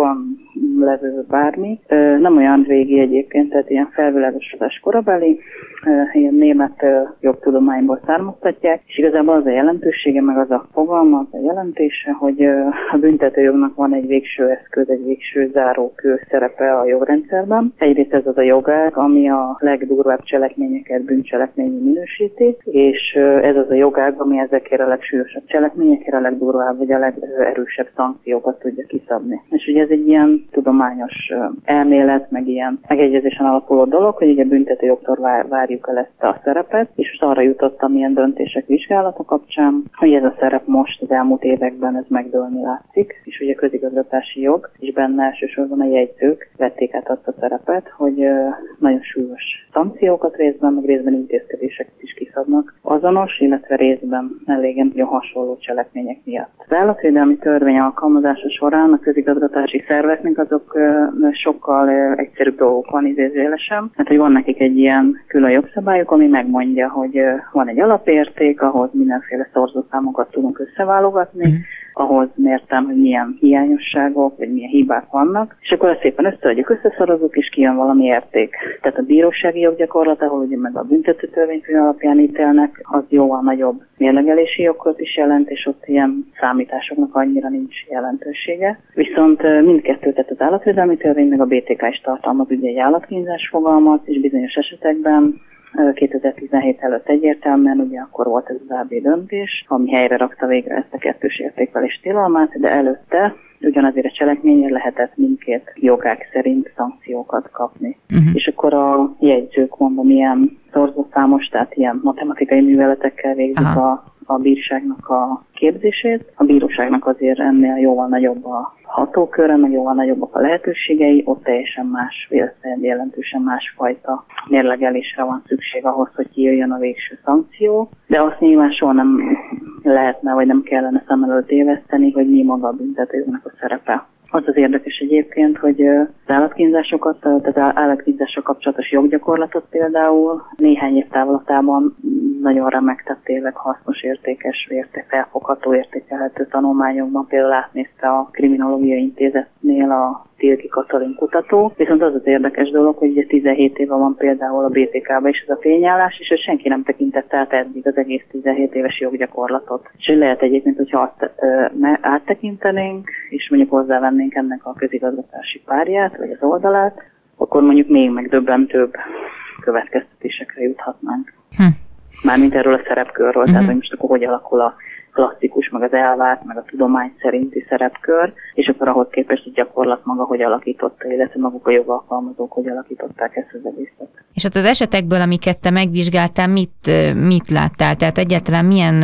levő bármi. Nem olyan régi egyébként, tehát ilyen felvilágosodás korabeli, ilyen német jogtudományból származtatják, és igazából az a jelentősége, meg az a fogalma, az a jelentése, hogy a büntetőjognak van egy végső eszköz, egy végső zárókő szerepe a jogrendszerben. Egyrészt ez az a jogág, ami a legdurvább cselekményeket bűncselekményi minősíti, és ez az a jogág, ami ezekért a legsúlyosabb cselekményekért a legdurvább, vagy a legerősebb szankciókat tudja kiszabni. És ugye ez egy ilyen tudományos elmélet, meg ilyen megegyezésen alapuló dolog, hogy ugye büntetőjogtól várjuk el ezt a szerepet, és most arra jutottam ilyen döntések vizsgálata kapcsán, hogy ez a szerep most az elmúlt években ez megdőlni látszik, és ugye közigazgatási jog, és benne elsősorban a jegyzők vették át azt a szerepet, hogy nagyon súlyos szankciókat részben, meg részben intézkedéseket is kiszabnak azonos, illetve részben eléggé nagyon hasonló cselekmények miatt. Az állatvédelmi törvény alkalmazása során a közigazgatási szerveknek azok sokkal egyszerűbb dolgok van idézőjelesen, mert hogy van nekik egy ilyen külön jogszabályok, ami megmondja, hogy van egy alapérték, ahhoz mindenféle szorzószámokat tudunk összeválogatni, ahhoz mértem, hogy milyen hiányosságok, vagy milyen hibák vannak, és akkor ezt szépen összeszorozunk, és kijön valami érték. Tehát a bírósági joggyakorlat, ahol ugye meg a büntetőtörvénykönyv alapján ítélnek, az jóval nagyobb mérlegelési jogkört is jelent, és ott ilyen számításoknak annyira nincs jelentősége. Viszont mindkettő, tehát az állatvédelmi törvény, meg a BTK is tartalmaz ugye egy állatkínzás fogalmat, és bizonyos esetekben 2017 előtt egyértelműen, ugye akkor volt ez az AB döntés, ami helyre rakta végre ezt a kettős értékelés tilalmát, de előtte ugye ugyanazon azért a cselekményért lehetett mindkét jogák szerint szankciókat kapni. És akkor a jegyzők, mondom, ilyen szorzószámos, tehát ilyen matematikai műveletekkel végzik a bírságnak a képzését. A bíróságnak azért ennél jóval nagyobb a hatóköre, meg jóval nagyobbak a lehetőségei, ott teljesen más, jelentősen másfajta mérlegelésre van szükség ahhoz, hogy kijöjjön a végső szankció, de azt nyilván soha nem lehetne, vagy nem kellene szem előtt éveszteni, hogy mi maga a büntetőjognak a szerepe. Az az érdekes egyébként, hogy az állatkínzásokat, tehát állatkínzással kapcsolatos joggyakorlatot például néhány év távlatában nagyon remek, tehát tényleg hasznos, értékes, felfogható, értékelhető tanulmányokban például átnézte a Kriminológiai Intézetnél a Tilki Katalin kutató. Viszont az az érdekes dolog, hogy ugye 17 éve van például a BTK-ban is ez a fényállás, és senki nem tekintett át eddig az egész 17 éves joggyakorlatot. És lehet egyébként, hogyha azt áttekintenénk, és mondjuk hozzávennénk ennek a közigazgatási párját, vagy az oldalát, akkor mondjuk még megdöbbentőbb következtetésekre juthatnánk. Mármint erről a szerepkörről, tehát hogy most akkor hogy alakul a klasszikus, meg az elvárt, meg a tudomány szerinti szerepkör, és akkor ahhoz képest a gyakorlat maga hogy alakította, illetve maguk a jogalkalmazók hogy alakították ezt az egészet. És ott az esetekből, amiket te megvizsgáltál, mit láttál? Tehát egyáltalán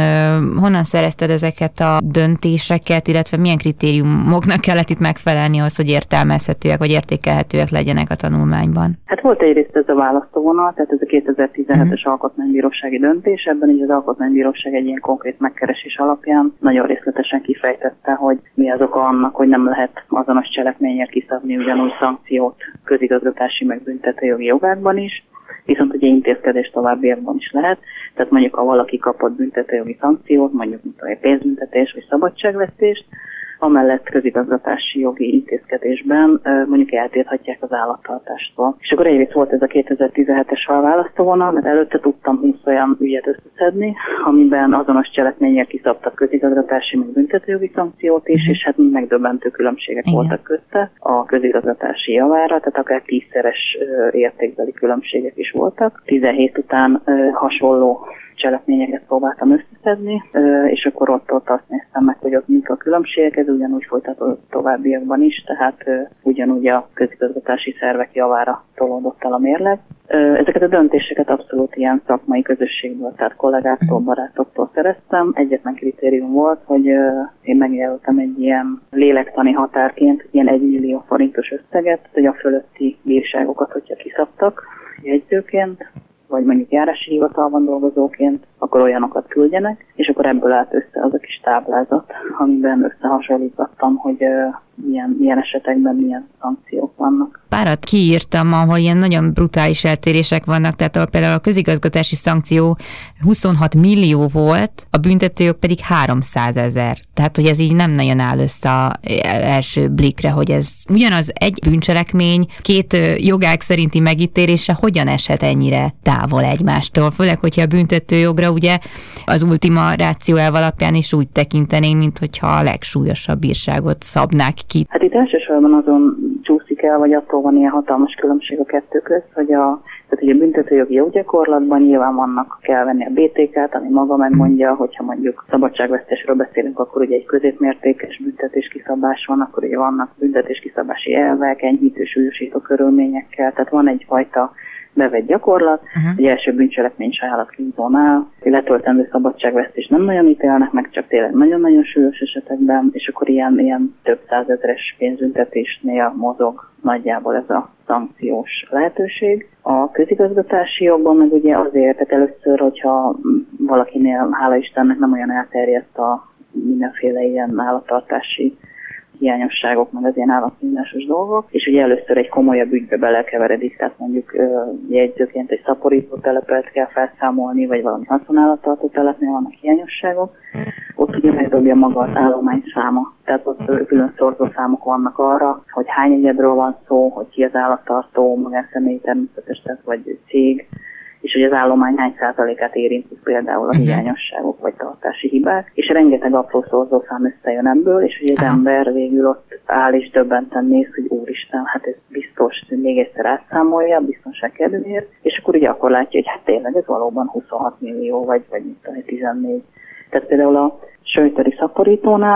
honnan szerezted ezeket a döntéseket, illetve milyen kritériumoknak kellett itt megfelelni ahhoz, hogy értelmezhetőek, vagy értékelhetőek legyenek a tanulmányban? Hát volt egyrészt ez a választóvonal, tehát ez a 2017-es alkotmánybírósági döntés, ebben így az alkotmánybíróság egy ilyen konkrét megkeresés alapján nagyon részletesen kifejtette, hogy mi az oka annak, hogy nem lehet azonos cselekményért kiszabni ugyanúgy szankciót közigazgatási meg büntetőjogi jogákban is, viszont ugye intézkedés továbbiakban is lehet. Tehát mondjuk, ha valaki kapott büntetőjogi szankciót, mondjuk mint pénzbüntetés vagy szabadságvesztést, amellett közigazgatási jogi intézkedésben mondjuk eltilthatják az állattartástól. És akkor egyrészt volt ez a 2017-es választóvonal, mert előtte tudtam 20 olyan ügyet összeszedni, amiben azonos cselekményért kiszabtak közigazgatási meg büntetőjogi szankciót is, és hát megdöbbentő különbségek voltak közte a közigazgatási javára, tehát akár 10-szeres értékbeli különbségek is voltak. 17 után hasonló cselekményeket próbáltam összeszedni, és akkor ott azt néztem meg, hogy ott mik a különbségek, ez ugyanúgy folytatódott továbbiakban is, tehát ugyanúgy a közigazgatási szervek javára tolódott el a mérleg. Ezeket a döntéseket abszolút ilyen szakmai közösségből, tehát kollégáktól, barátoktól szereztem. Egyetlen kritérium volt, hogy én megjelöltem egy ilyen lélektani határként ilyen 1 millió forintos összeget, hogy a fölötti bírságokat, hogyha kiszabtak jegyzőként, vagy mondjuk járási hivatalban dolgozóként, akkor olyanokat küldjenek, és akkor ebből állt össze az a kis táblázat, amiben összehasonlítottam, hogy milyen esetekben milyen szankciók vannak. Párat kiírtam, ahol ilyen nagyon brutális eltérések vannak, tehát ahol például a közigazgatási szankció 26 millió volt, a büntetőjog pedig 300 000. Tehát, hogy ez így nem nagyon áll össze az első blikre, hogy ez ugyanaz egy bűncselekmény, két jogák szerinti megítélése hogyan eshet ennyire távol egymástól. Főleg, hogyha a büntetőjogra ugye az ultima ratio elv alapján is úgy tekintenénk, mint hogyha a legsúlyosabb bírságot szabnák ki. Hát itt elsősorban azon csúszik el, vagy attól van ilyen hatalmas különbség a kettő közt, hogy a büntetőjogi joggyakorlatban nyilván kell venni a BTK-t, ami maga megmondja, hogyha mondjuk szabadságvesztésről beszélünk, akkor ugye egy középmértékes büntetéskiszabás van, akkor ugye vannak büntetéskiszabási elvek, enyhítő, súlyosító körülményekkel, tehát van egyfajta bevett gyakorlat, egy első bűncselekmény se állatkínzónál, letöltendő szabadságvesztést nem nagyon ítélnek meg, csak tényleg nagyon-nagyon súlyos esetekben, és akkor ilyen több százezeres pénzbüntetésnél mozog nagyjából ez a szankciós lehetőség. A közigazgatási jogban meg ugye azért, tehát először, hogyha valakinél, hála Istennek, nem olyan elterjedt a mindenféle ilyen állattartási hiányosságok, meg az ilyen állatkínzásos dolgok, és ugye először egy komolyabb ügybe belekeveredik, tehát mondjuk jegyzőként egy szaporító telepet kell felszámolni, vagy valami haszonállattartó telepnél vannak hiányosságok, ott ugye megdobja maga az állomány száma. Tehát ott külön szorzószámok vannak arra, hogy hány egyedről van szó, hogy ki az állattartó, magánszemély, természetes, vagy cég, és hogy az állomány hány százalékát érintik például a hiányosságok vagy tartási hibák, és rengeteg apró szorzószám összejön ebből, és hogy az ember végül ott áll és döbbenten néz, hogy úristen, hát ez biztos, hogy még egyszer átszámolja, biztonság kedvéért, és akkor ugye akkor látja, hogy hát tényleg ez valóban 26 millió, vagy mit tudom, 14. Tehát például a Söjtöri szaporítónál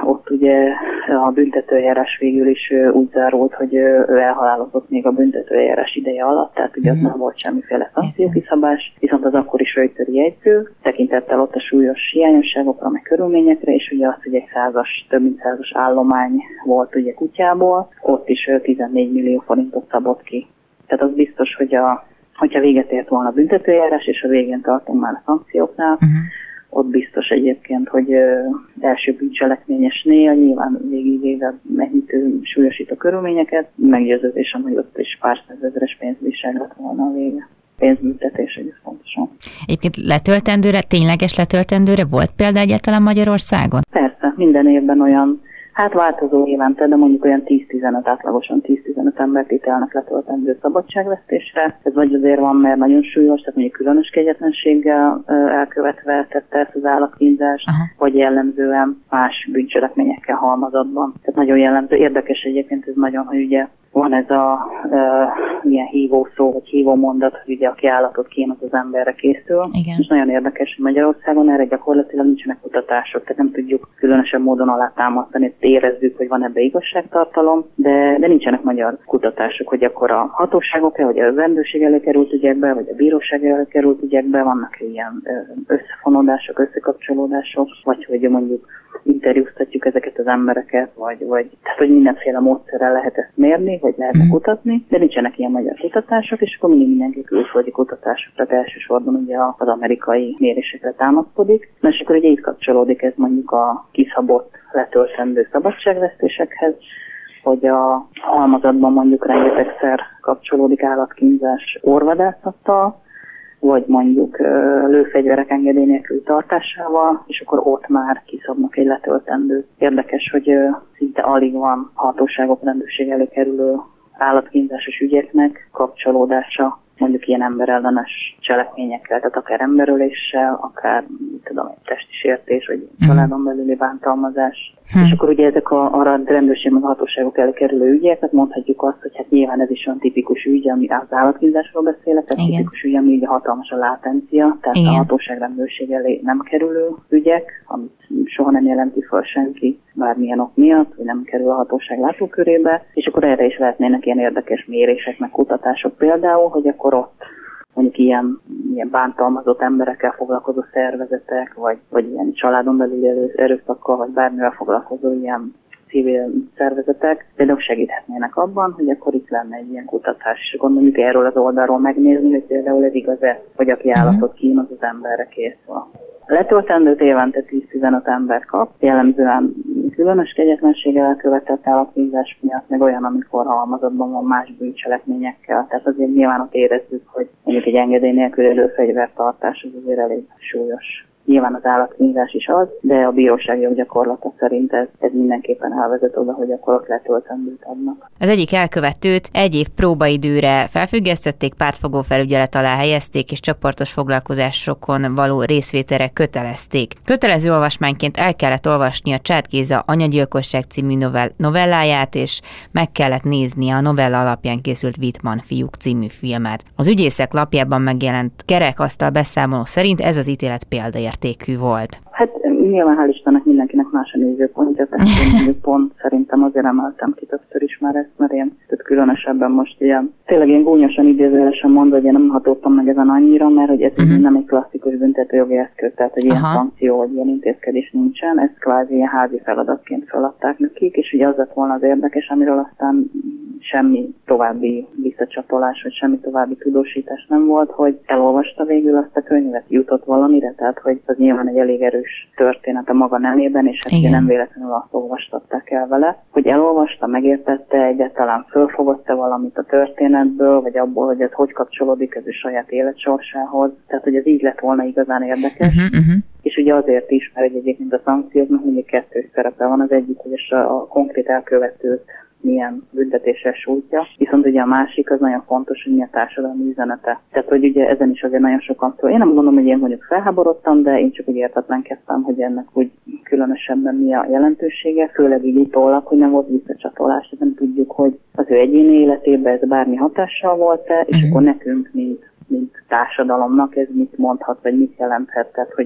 ott ugye a büntetőeljárás végül is úgy zárult, hogy ő elhalálozott még a büntetőeljárás ideje alatt, tehát ugye ott nem volt semmiféle szankciókiszabás, viszont az akkori sőjtöri jegyző tekintettel ott a súlyos hiányosságokra, meg körülményekre, és ugye az, hogy egy több mint 100-as állomány volt ugye kutyából, ott is 14 millió forintot szabott ki. Tehát az biztos, hogy hogyha véget ért volna a büntetőeljárás, és a végén tartunk már a szankcióknál, ott biztos egyébként, hogy első bűncselekményesnél nyilván végigvéve megnyitő súlyosító körülményeket, meggyőződésem, hogy ott is pár százezeres pénzbírság lett volna a vége. Pénzbüntetés egész pontosan. Egyébként letöltendőre, tényleges letöltendőre volt példa egyáltalán Magyarországon? Persze, minden évben olyan, változó évente, de mondjuk olyan átlagosan 10-15 embert ítélnek letöltendő szabadságvesztésre. Ez vagy azért van, mert nagyon súlyos, tehát mondjuk különös kegyetlenséggel elkövetve tette ezt az állatkínzást, vagy jellemzően más bűncselekményekkel halmazatban. Tehát nagyon jellemző, érdekes egyébként ez nagyon, hogy ugye van ez a ilyen hívó szó, vagy hívó mondat, hogy ugye aki állatot kínoz, az emberre készül. Igen. És nagyon érdekes, hogy Magyarországon erre gyakorlatilag nincsenek kutatások, tehát nem tudjuk különösebb módon alátámasztani, érezzük, hogy van ebbe igazságtartalom, de nincsenek magyar kutatások, hogy akkor a hatóságok-e, vagy a rendőrség elé került ügyekbe, vagy a bíróság elé került ügyekbe, vannak ilyen összefonódások, összekapcsolódások, vagy hogy mondjuk interjúztatjuk ezeket az embereket, vagy tehát, hogy mindenféle módszerrel lehet ezt mérni, vagy lehet kutatni, de nincsenek ilyen magyar kutatások, és akkor mindenki külföldi kutatásokra, elsősorban ugye az amerikai mérésekre támaszkodik. Na és akkor ugye így kapcsolódik ez mondjuk a kiszabott letöltendő szabadságvesztésekhez, hogy a halmazatban mondjuk rengetegszer kapcsolódik állatkínzás orvadászattal, vagy mondjuk lőfegyverek engedély nélküli tartásával, és akkor ott már kiszabnak egy letöltendőt. Érdekes, hogy szinte alig van hatóságok rendőrség elé kerülő állatkínzásos ügyeknek kapcsolódása mondjuk ilyen emberellenes cselekményekkel, tehát akár emberöléssel, akár egy testi sértés, vagy családon belüli bántalmazás. És akkor ugye ezek a rendőrség meg a hatóságok elé kerülő ügyek, tehát mondhatjuk azt, hogy hát nyilván ez is olyan tipikus ügy, ami az állatkínzásról beszélek, tehát tipikus ügy, ami ugye hatalmas a látencia, tehát a hatóság rendőrség elé nem kerülő ügyek, amit soha nem jelenti fel senki bármilyen ok miatt, hogy nem kerül a hatóság látókörébe, és akkor erre is lehetnének ilyen érdekes mérések, meg kutatások például, hogy akkor ott mondjuk ilyen bántalmazott emberekkel foglalkozó szervezetek, vagy ilyen családon belül erőszakkal, vagy bármivel foglalkozó ilyen civil szervezetek például segíthetnének abban, hogy akkor itt lenne egy ilyen kutatás, és akkor mondjuk erről az oldalról megnézni, hogy például ez igaz-e, hogy aki állatot kínoz, az emberre készül. Letöltendőt évente 10-15 ember kap, jellemzően különös kegyetlenséggel elkövetett állatkínzás miatt, meg olyan, amikor halmazatban van más bűncselekményekkel. Tehát azért nyilván ott érezzük, hogy mondjuk egy engedély nélküli lőfegyvertartás az azért elég súlyos. Nyilván az állatkínzás is az, de a bíróság joggyakorlata szerint ez mindenképpen elvezet oda, hogy akkor ott letöltendőt adnak. Az egyik elkövetőt egy év próbaidőre felfüggesztették, pártfogó felügyelet alá helyezték, és csoportos foglalkozásokon való részvételre kötelezték. Kötelező olvasmányként el kellett olvasni a Csád Géza Anyagyilkosság című novelláját, és meg kellett nézni a novella alapján készült Wittmann fiúk című filmet. Az ügyészek lapjában megjelent kerekasztal beszámoló szerint ez az ítélet példaértékű volt. Hát nyilván hál' Istennek mindenkinek más a nézőpontja, tehát én pont szerintem azért emeltem ki többször is már ezt, mert én különösebben most ilyen, tényleg ilyen gúnyosan idézőjelesen mondva, hogy én nem hatódtam meg ezen annyira, mert hogy ez nem egy klasszikus büntetőjogi eszköz, tehát hogy ilyen szankció, vagy ilyen intézkedés nincsen, ezt kvázi ilyen házi feladatként feladták nekik, és ugye az lett volna az érdekes, amiről aztán semmi további visszacsatolás, vagy semmi további tudósítás nem volt, hogy elolvasta végül azt a könyvet, jutott valamire, tehát hogy az nyilván egy elég erős történet a maga nemében, és hát nem véletlenül azt olvastatták el vele, hogy elolvasta, megértette, egyáltalán fölfogott-e valamit a történetből, vagy abból, hogy ez hogy kapcsolódik az ő saját életsorsához, tehát hogy ez így lett volna igazán érdekes. És ugye azért is, mert egyébként a szankcióknak mindig kettős szerepe van, az egyik, hogy a konkrét elkövetőt milyen büntetésre sújtja, viszont ugye a másik az nagyon fontos, hogy mi a társadalmi üzenete. Tehát, hogy ugye ezen is azért nagyon sokan szól. Én nem gondolom, hogy én mondjuk felháborodtam, de én csak úgy értetlenkedtem, hogy ennek úgy különösebben mi a jelentősége, főleg így utólag, hogy nem volt visszacsatolás, tehát nem tudjuk, hogy az ő egyéni életében ez bármi hatással volt-e, és akkor nekünk, mint társadalomnak ez mit mondhat, vagy mit jelenthet, tehát, hogy ez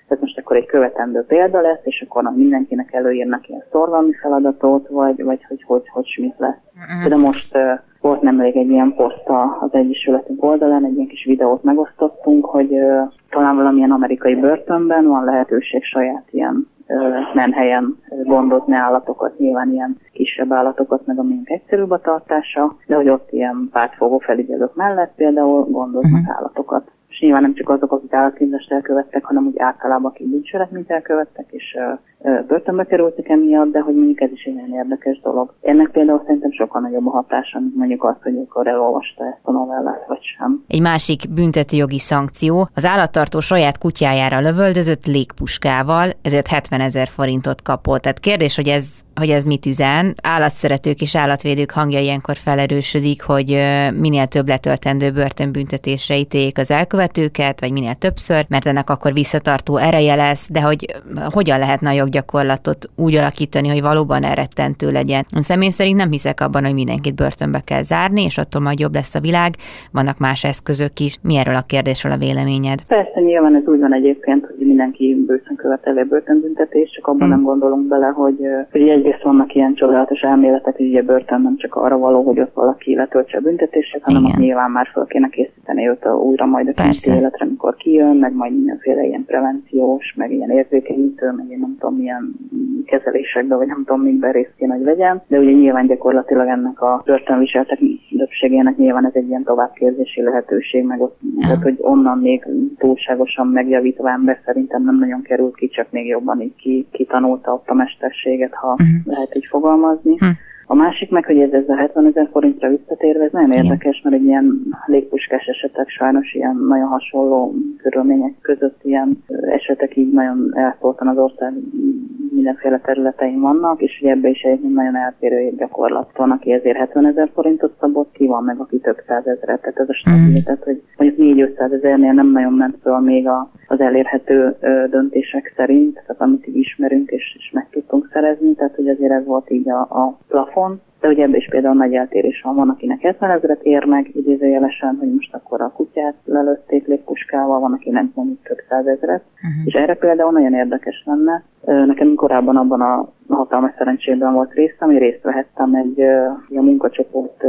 Tehát most akkor egy követendő példa lesz, és akkor mindenkinek előírnak ilyen szorgalmi feladatot, vagy hogy mit lesz. De most volt nemrég egy ilyen poszt az Egyesületünk oldalán, egy ilyen kis videót megosztottunk, hogy talán valamilyen amerikai börtönben van lehetőség saját ilyen menhelyen gondozni állatokat, nyilván ilyen kisebb állatokat, meg amilyen egyszerűbb a tartása, de hogy ott ilyen pártfogó felügyelők mellett például gondoznak állatokat. És nyilván nem csak azok, akik állatkínzást elkövettek, hanem úgy általában, akik bűncselekményt elkövettek, és börtönbe kerültek emiatt, de hogy mondjuk ez is egy nagyon érdekes dolog. Ennek például szerintem sokkal nagyobb a hatása, mint mondjuk azt, hogy akkor elolvasta ezt a novellát, vagy sem. Egy másik büntetőjogi szankció, az állattartó saját kutyájára lövöldözött légpuskával, ezért 70 000 forintot kapott. Tehát kérdés, hogy ez mit üzen. Állatszeretők és állatvédők hangja ilyenkor felerősödik, hogy minél több letöltendő börtönbüntetésre ítéljék az elkövetőket, vagy minél többször, mert ennek akkor visszatartó ereje lesz, de hogy hogyan lehetne a joggyakorlatot úgy alakítani, hogy valóban elrettentő legyen. Személy szerint nem hiszek abban, hogy mindenkit börtönbe kell zárni, és attól majd jobb lesz a világ, vannak más eszközök is. Mi erről a kérdésről a véleményed? Persze, nyilván ez úgy van egyébként, hogy mindenki bőszön követeli a börtönbüntetést, csak abban nem gondolunk bele, hogy egyrészt vannak ilyen csodálatos elméletek, hogy ugye börtön nem csak arra való, hogy ott valaki letöltse a büntetését, hanem ott nyilván már fel kéne készíteni őt újra majd a kinti életre, amikor kijön, meg majd mindenféle ilyen prevenciós, meg ilyen érzékenyítő, meg én nem tudom milyen kezelésekbe, vagy nem tudom mikben részt kéne, hogy legyen. De ugye nyilván gyakorlatilag ennek a börtönviseltek többségének nyilván ez egy ilyen továbbképzési lehetőség, meg ott, tehát, hogy onnan még túlságosan megjavítva ember szerintem nem nagyon kerül ki, csak még jobban így kitanulta ott a mesterséget, ha lehet így fogalmazni. A másik meg, hogy ez a 70 000 forintra visszatérve, ez nagyon érdekes, mert egy ilyen légpuskás esetek sajnos ilyen nagyon hasonló körülmények között ilyen esetek így nagyon elszóltan az ország mindenféle területein vannak, és ugye ebbe is egy nagyon eltérő gyakorlat van, aki ezért 70 000 forintot szabott ki, van meg aki több százezret, tehát ez a stabilitás, hogy mondjuk 400-500 000-nél nem nagyon ment föl még az elérhető döntések szerint, tehát amit így ismerünk és meg tudtunk szerezni, tehát hogy azért ez volt így a plafon. De ugye ebben is például nagy eltérés van, akinek 70 000 ér meg, idézőjelesen, hogy most akkor a kutyát lelőtték légpuskával, van akinek mondjuk több 100 000. És erre például nagyon érdekes lenne. Nekem korábban abban a hatalmas szerencsében volt részem, hogy részt vehettem egy munkacsoport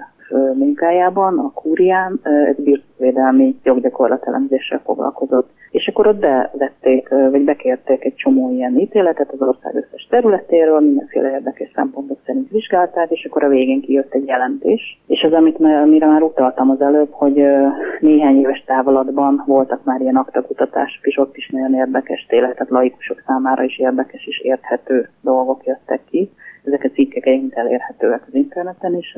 munkájában, a Kúrián, ez birtokvédelmi joggyakorlatelemzéssel foglalkozott. És akkor ott bevették, vagy bekérték egy csomó ilyen ítéletet az ország összes területéről, mindenféle érdekes szempontok szerint vizsgálták, és akkor a végén kijött egy jelentés. És az, amire már utaltam az előbb, hogy néhány éves távlatban voltak már ilyen aktakutatások, és ott is nagyon érdekes, tényleg, tehát laikusok számára is érdekes és érthető dolgok jöttek ki. Ezek a cikkek egyébként elérhetőek az interneten is,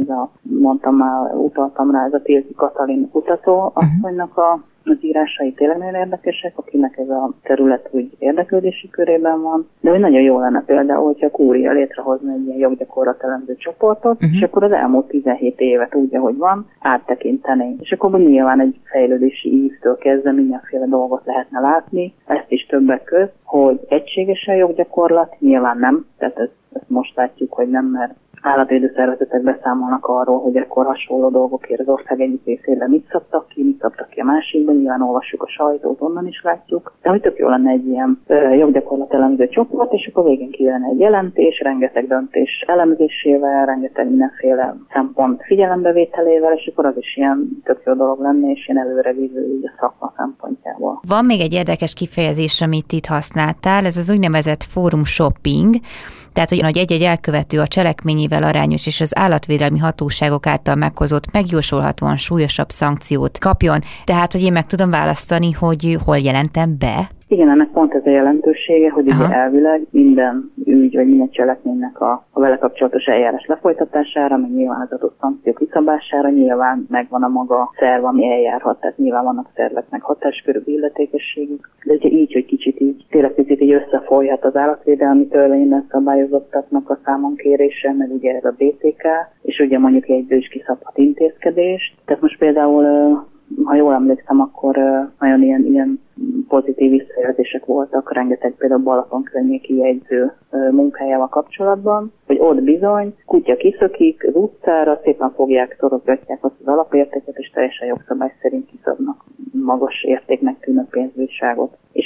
utaltam rá, ez a Tilki Katalin kutató asszonynak az írásai tényleg nagyon érdekesek, akinek ez a terület úgy érdeklődési körében van, de hogy nagyon jó lenne például, hogyha a Kúria létrehozna egy ilyen joggyakorlatelemző csoportot, és akkor az elmúlt 17 évet úgy, ahogy van, áttekinteni. És akkor nyilván egy fejlődési ívtől kezdve mindenféle dolgot lehetne látni, ezt is többek közt, hogy egységesen joggyakorlat, nyilván nem, tehát ezt most látjuk, hogy nem, mert állatvédő szervezetek beszámolnak arról, hogy ekkor hasonló dolgokért az ország egyik részében mit szabtak ki a másikban, nyilván olvassuk a sajtót, onnan is látjuk. De hogy tök jó lenne egy ilyen joggyakorlat elemző csoport, és akkor végén kijön egy jelentés, rengeteg döntés elemzésével, rengeteg mindenféle szempont figyelembevételével, és akkor az is ilyen tök jó dolog lenne, és ilyen előrevívő így a szakma szempontjából. Van még egy érdekes kifejezés, amit itt használtál, ez az úgynevezett fórum shopping, tehát hogy egy-egy elkövető a cselekményével arányos és az állatvédelmi hatóságok által meghozott megjósolhatóan súlyosabb szankciót kapjon. Tehát, hogy én meg tudom választani, hogy hol jelentem be. Igen, ennek pont ez a jelentősége, hogy ugye elvileg minden ügy vagy minden cselekménynek a vele kapcsolatos eljárás lefolytatására, meg nyilván az adott szankciók kiszabására nyilván megvan a maga szerv, ami eljárhat, tehát nyilván vannak szerveknek hatáskörű illetékességük, de ugye így, hogy kicsit így, tényleg picit így összefolyhat az állatvédelmi törvényben szabályozottaknak a számonkérése, meg ugye ez a BTK, és ugye mondjuk egy is kiszabhat intézkedést. Tehát most például ha jól emlékszem, akkor nagyon ilyen pozitív visszajelzések voltak, rengeteg például Balaton környéki jegyző munkájával kapcsolatban, hogy ott bizony kutya kiszökik az utcára, szépen fogják, szorozgatják azt az alapértéket, és teljesen jogszabály szerint kiszabnak magas értéknek tűnő pénzbírságot. És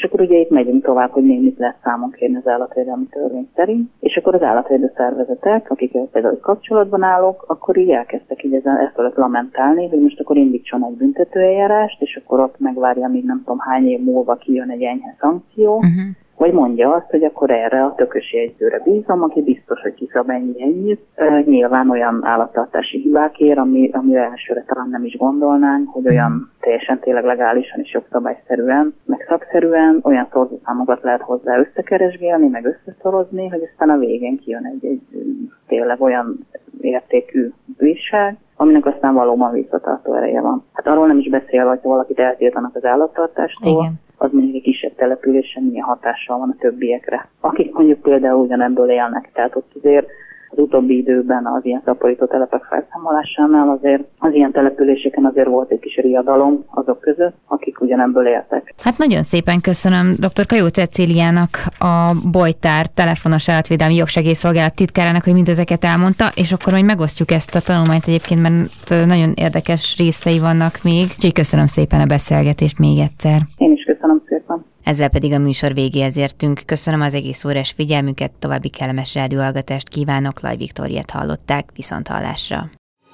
akkor ugye itt megyünk tovább, hogy még mit lehet számon kérni az állatvédelmi törvény szerint, és akkor az állatvédő szervezetek, akikkel például kapcsolatban állok, akkor így elkezdtek így ezt fölött lamentálni, hogy most akkor indítson egy büntetőeljárást, és akkor ott megvárja, míg nem tudom hány év múlva kijön egy enyhe szankció, vagy mondja azt, hogy akkor erre a tökösi jegyzőre bízom, aki biztos, hogy kiszab ennyit. Nyilván olyan állattartási hibákért, amire elsőre talán nem is gondolnánk, hogy olyan teljesen tényleg legálisan és jogszabályszerűen, meg szakszerűen olyan szorzószámokat lehet hozzá összekeresgélni, meg összeszorozni, hogy aztán a végén kijön egy tényleg olyan értékű bírság, aminek aztán valóban visszatartó ereje van. Hát arról nem is beszélve, hogy valakit eltiltanak az állattartástól, igen, az mondjuk egy kisebb településen milyen hatással van a többiekre. Akik mondjuk például ugyanebből élnek, tehát ott azért az utóbbi időben az ilyen szaporító telepek felszámolásánál azért az ilyen településeken azért volt egy kis riadalom azok között, akik ugyanebből éltek. Hát nagyon szépen köszönöm dr. Kajó Cecíliának, a Bojtár telefonos állatvédelmi jogsegélyszolgálat titkárának, hogy mindezeket elmondta, és akkor majd megosztjuk ezt a tanulmányt egyébként, mert nagyon érdekes részei vannak még. Úgyhogy köszönöm szépen a beszélgetést még egyszer. Én is köszönöm szépen. Ezzel pedig a műsor végéhez értünk. Köszönöm az egész órás figyelmüket, további kellemes rádióhallgatást kívánok. Laj Viktóriát hallották, viszonthallásra.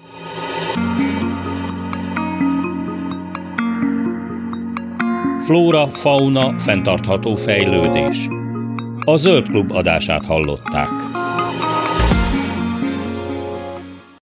Flóra, fauna, fenntartható fejlődés. A Zöld Klub adását hallották.